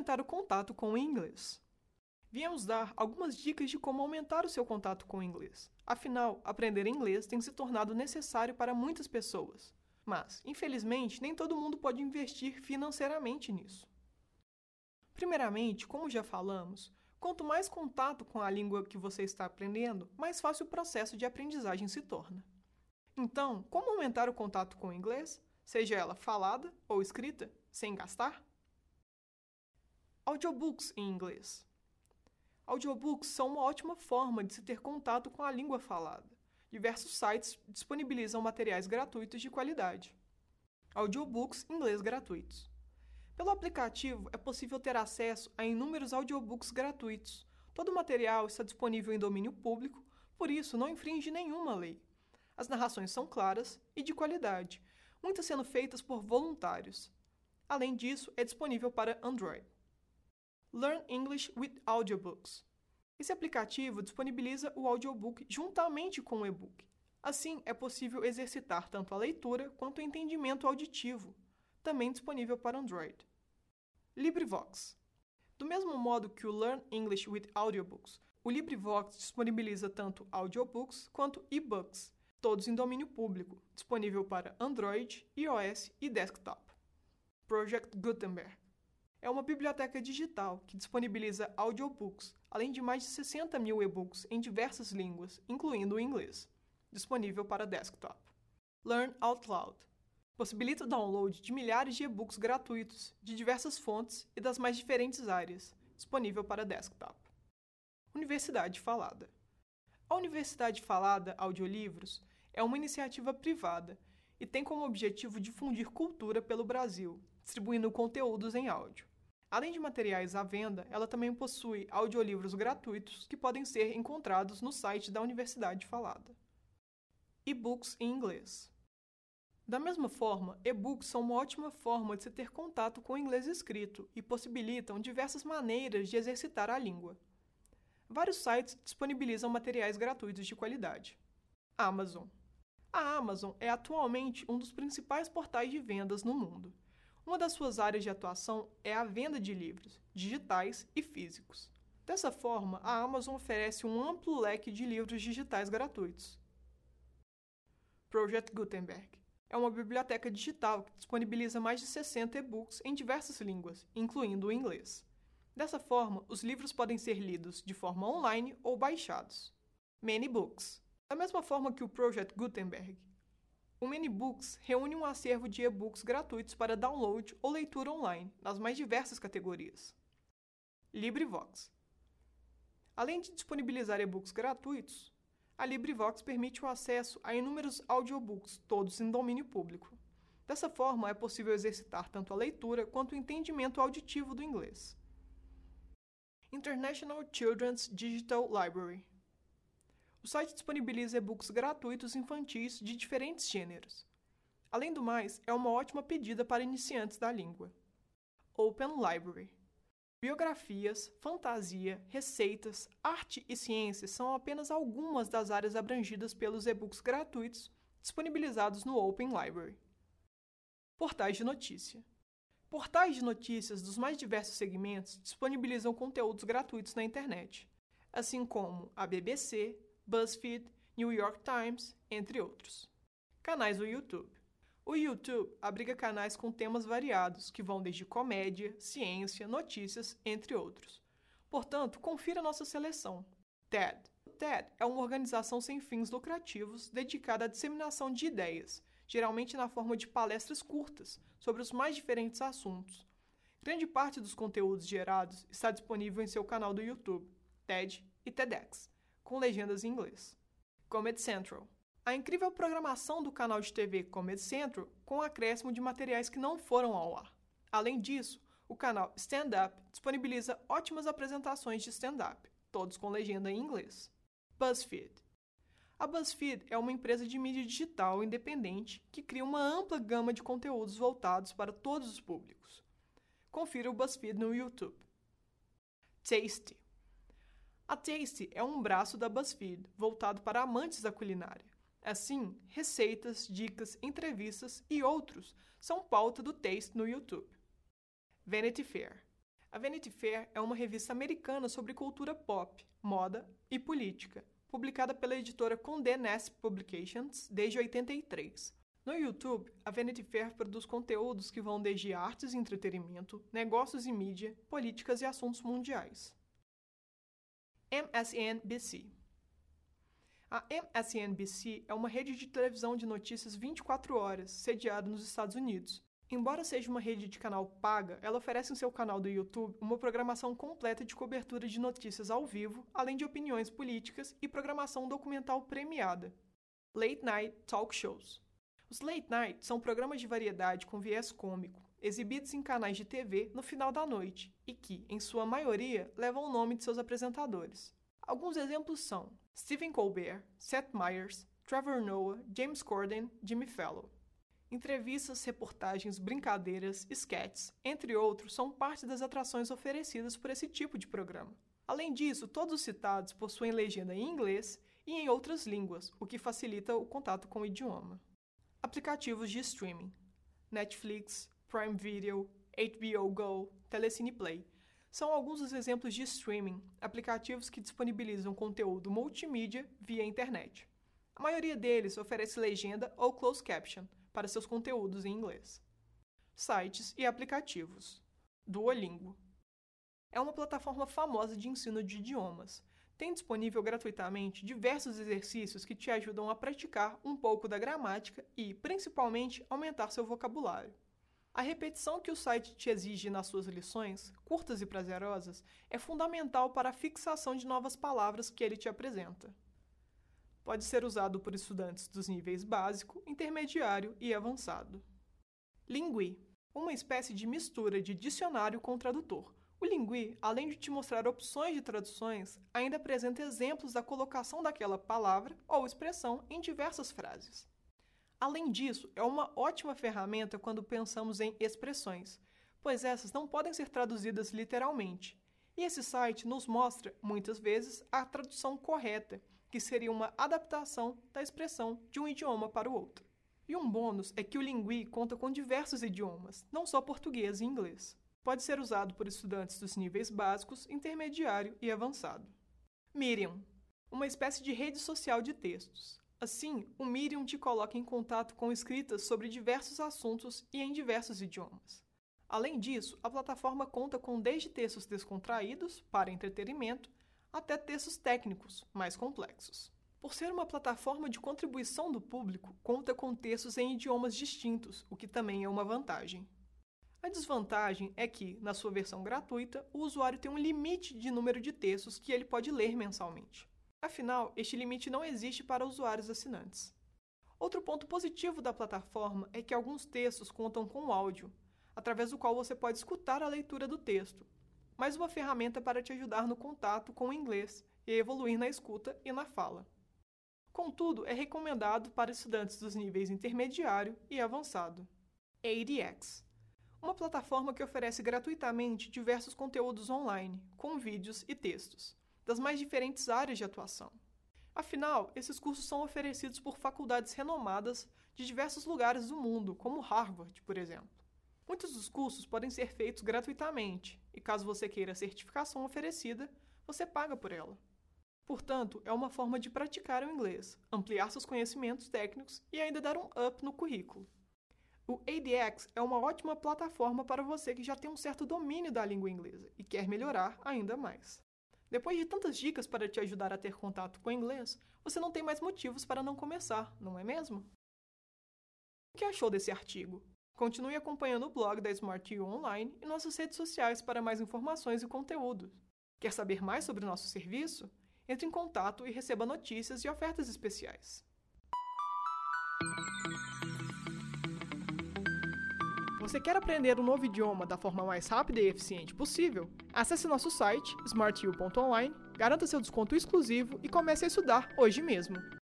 aumentar o contato com o inglês. Viemos dar algumas dicas de como aumentar o seu contato com o inglês. Afinal, aprender inglês tem se tornado necessário para muitas pessoas. Mas, infelizmente, nem todo mundo pode investir financeiramente nisso. Primeiramente, como já falamos, quanto mais contato com a língua que você está aprendendo, mais fácil o processo de aprendizagem se torna. Então, como aumentar o contato com o inglês, seja ela falada ou escrita, sem gastar? Audiobooks em inglês. Audiobooks são uma ótima forma de se ter contato com a língua falada. Diversos sites disponibilizam materiais gratuitos de qualidade. Audiobooks em inglês gratuitos. Pelo aplicativo é possível ter acesso a inúmeros audiobooks gratuitos. Todo o material está disponível em domínio público, por isso não infringe nenhuma lei. As narrações são claras e de qualidade, muitas sendo feitas por voluntários. Além disso, é disponível para Android. Learn English with Audiobooks. Esse aplicativo disponibiliza o audiobook juntamente com o e-book. Assim, é possível exercitar tanto a leitura quanto o entendimento auditivo, também disponível para Android. LibriVox. Do mesmo modo que o Learn English with Audiobooks, o LibriVox disponibiliza tanto audiobooks quanto e-books, todos em domínio público, disponível para Android, iOS e desktop. Project Gutenberg. É uma biblioteca digital que disponibiliza audiobooks, além de mais de 60 mil e-books em diversas línguas, incluindo o inglês, disponível para desktop. Learn Out Loud. Possibilita o download de milhares de e-books gratuitos, de diversas fontes e das mais diferentes áreas, disponível para desktop. Universidade Falada. A Universidade Falada Audiolivros é uma iniciativa privada e tem como objetivo difundir cultura pelo Brasil, distribuindo conteúdos em áudio. Além de materiais à venda, ela também possui audiolivros gratuitos que podem ser encontrados no site da Universidade Falada. E-books em inglês. Da mesma forma, e-books são uma ótima forma de se ter contato com o inglês escrito e possibilitam diversas maneiras de exercitar a língua. Vários sites disponibilizam materiais gratuitos de qualidade. Amazon. A Amazon é atualmente um dos principais portais de vendas no mundo. Uma das suas áreas de atuação é a venda de livros, digitais e físicos. Dessa forma, a Amazon oferece um amplo leque de livros digitais gratuitos. Project Gutenberg é uma biblioteca digital que disponibiliza mais de 60 e-books em diversas línguas, incluindo o inglês. Dessa forma, os livros podem ser lidos de forma online ou baixados. Manybooks. Da mesma forma que o Project Gutenberg, o Manybooks reúne um acervo de e-books gratuitos para download ou leitura online, nas mais diversas categorias. LibriVox. Além de disponibilizar e-books gratuitos, a LibriVox permite o acesso a inúmeros audiobooks, todos em domínio público. Dessa forma, é possível exercitar tanto a leitura quanto o entendimento auditivo do inglês. International Children's Digital Library. O site disponibiliza e-books gratuitos infantis de diferentes gêneros. Além do mais, é uma ótima pedida para iniciantes da língua. Open Library. Biografias, fantasia, receitas, arte e ciências são apenas algumas das áreas abrangidas pelos e-books gratuitos disponibilizados no Open Library. Portais de notícia. Portais de notícias dos mais diversos segmentos disponibilizam conteúdos gratuitos na internet, assim como a BBC, BuzzFeed, New York Times, entre outros. Canais do YouTube. O YouTube abriga canais com temas variados, que vão desde comédia, ciência, notícias, entre outros. Portanto, confira nossa seleção. TED. O TED é uma organização sem fins lucrativos dedicada à disseminação de ideias, geralmente na forma de palestras curtas, sobre os mais diferentes assuntos. Grande parte dos conteúdos gerados está disponível em seu canal do YouTube, TED e TEDx, com legendas em inglês. Comedy Central. A incrível programação do canal de TV Comedy Central com o acréscimo de materiais que não foram ao ar. Além disso, o canal Stand Up disponibiliza ótimas apresentações de stand-up, todos com legenda em inglês. BuzzFeed. A BuzzFeed é uma empresa de mídia digital independente que cria uma ampla gama de conteúdos voltados para todos os públicos. Confira o BuzzFeed no YouTube. Tasty. A Tasty é um braço da BuzzFeed voltado para amantes da culinária. Assim, receitas, dicas, entrevistas e outros são pauta do Taste no YouTube. Vanity Fair. A Vanity Fair é uma revista americana sobre cultura pop, moda e política, publicada pela editora Condé Nast Publications desde 83. No YouTube, a Vanity Fair produz conteúdos que vão desde artes e entretenimento, negócios e mídia, políticas e assuntos mundiais. MSNBC. A MSNBC é uma rede de televisão de notícias 24 horas, sediada nos Estados Unidos. Embora seja uma rede de canal paga, ela oferece em seu canal do YouTube uma programação completa de cobertura de notícias ao vivo, além de opiniões políticas e programação documental premiada. Late Night Talk Shows. Os Late Night são programas de variedade com viés cômico, exibidos em canais de TV no final da noite e que, em sua maioria, levam o nome de seus apresentadores. Alguns exemplos são Stephen Colbert, Seth Meyers, Trevor Noah, James Corden, Jimmy Fallon. Entrevistas, reportagens, brincadeiras, sketches, entre outros, são parte das atrações oferecidas por esse tipo de programa. Além disso, todos os citados possuem legenda em inglês e em outras línguas, o que facilita o contato com o idioma. Aplicativos de streaming: Netflix, Prime Video, HBO Go, Telecine Play. São alguns dos exemplos de streaming, aplicativos que disponibilizam conteúdo multimídia via internet. A maioria deles oferece legenda ou closed caption para seus conteúdos em inglês. Sites e aplicativos. Duolingo. É uma plataforma famosa de ensino de idiomas. Tem disponível gratuitamente diversos exercícios que te ajudam a praticar um pouco da gramática e, principalmente, aumentar seu vocabulário. A repetição que o site te exige nas suas lições, curtas e prazerosas, é fundamental para a fixação de novas palavras que ele te apresenta. Pode ser usado por estudantes dos níveis básico, intermediário e avançado. Lingui, uma espécie de mistura de dicionário com tradutor. O Lingui, além de te mostrar opções de traduções, ainda apresenta exemplos da colocação daquela palavra ou expressão em diversas frases. Além disso, é uma ótima ferramenta quando pensamos em expressões, pois essas não podem ser traduzidas literalmente. E esse site nos mostra, muitas vezes, a tradução correta, que seria uma adaptação da expressão de um idioma para o outro. E um bônus é que o Lingui conta com diversos idiomas, não só português e inglês. Pode ser usado por estudantes dos níveis básicos, intermediário e avançado. Medium, uma espécie de rede social de textos. Assim, o Medium te coloca em contato com escritas sobre diversos assuntos e em diversos idiomas. Além disso, a plataforma conta com desde textos descontraídos, para entretenimento, até textos técnicos, mais complexos. Por ser uma plataforma de contribuição do público, conta com textos em idiomas distintos, o que também é uma vantagem. A desvantagem é que, na sua versão gratuita, o usuário tem um limite de número de textos que ele pode ler mensalmente. Afinal, este limite não existe para usuários assinantes. Outro ponto positivo da plataforma é que alguns textos contam com áudio, através do qual você pode escutar a leitura do texto, mais uma ferramenta para te ajudar no contato com o inglês e evoluir na escuta e na fala. Contudo, é recomendado para estudantes dos níveis intermediário e avançado. ADX, uma plataforma que oferece gratuitamente diversos conteúdos online, com vídeos e textos, das mais diferentes áreas de atuação. Afinal, esses cursos são oferecidos por faculdades renomadas de diversos lugares do mundo, como Harvard, por exemplo. Muitos dos cursos podem ser feitos gratuitamente, e caso você queira a certificação oferecida, você paga por ela. Portanto, é uma forma de praticar o inglês, ampliar seus conhecimentos técnicos e ainda dar um up no currículo. O ADX é uma ótima plataforma para você que já tem um certo domínio da língua inglesa e quer melhorar ainda mais. Depois de tantas dicas para te ajudar a ter contato com o inglês, você não tem mais motivos para não começar, não é mesmo? O que achou desse artigo? Continue acompanhando o blog da Smart U Online e nossas redes sociais para mais informações e conteúdos. Quer saber mais sobre o nosso serviço? Entre em contato e receba notícias e ofertas especiais. Você quer aprender um novo idioma da forma mais rápida e eficiente possível? Acesse nosso site, smartu.online, garanta seu desconto exclusivo e comece a estudar hoje mesmo.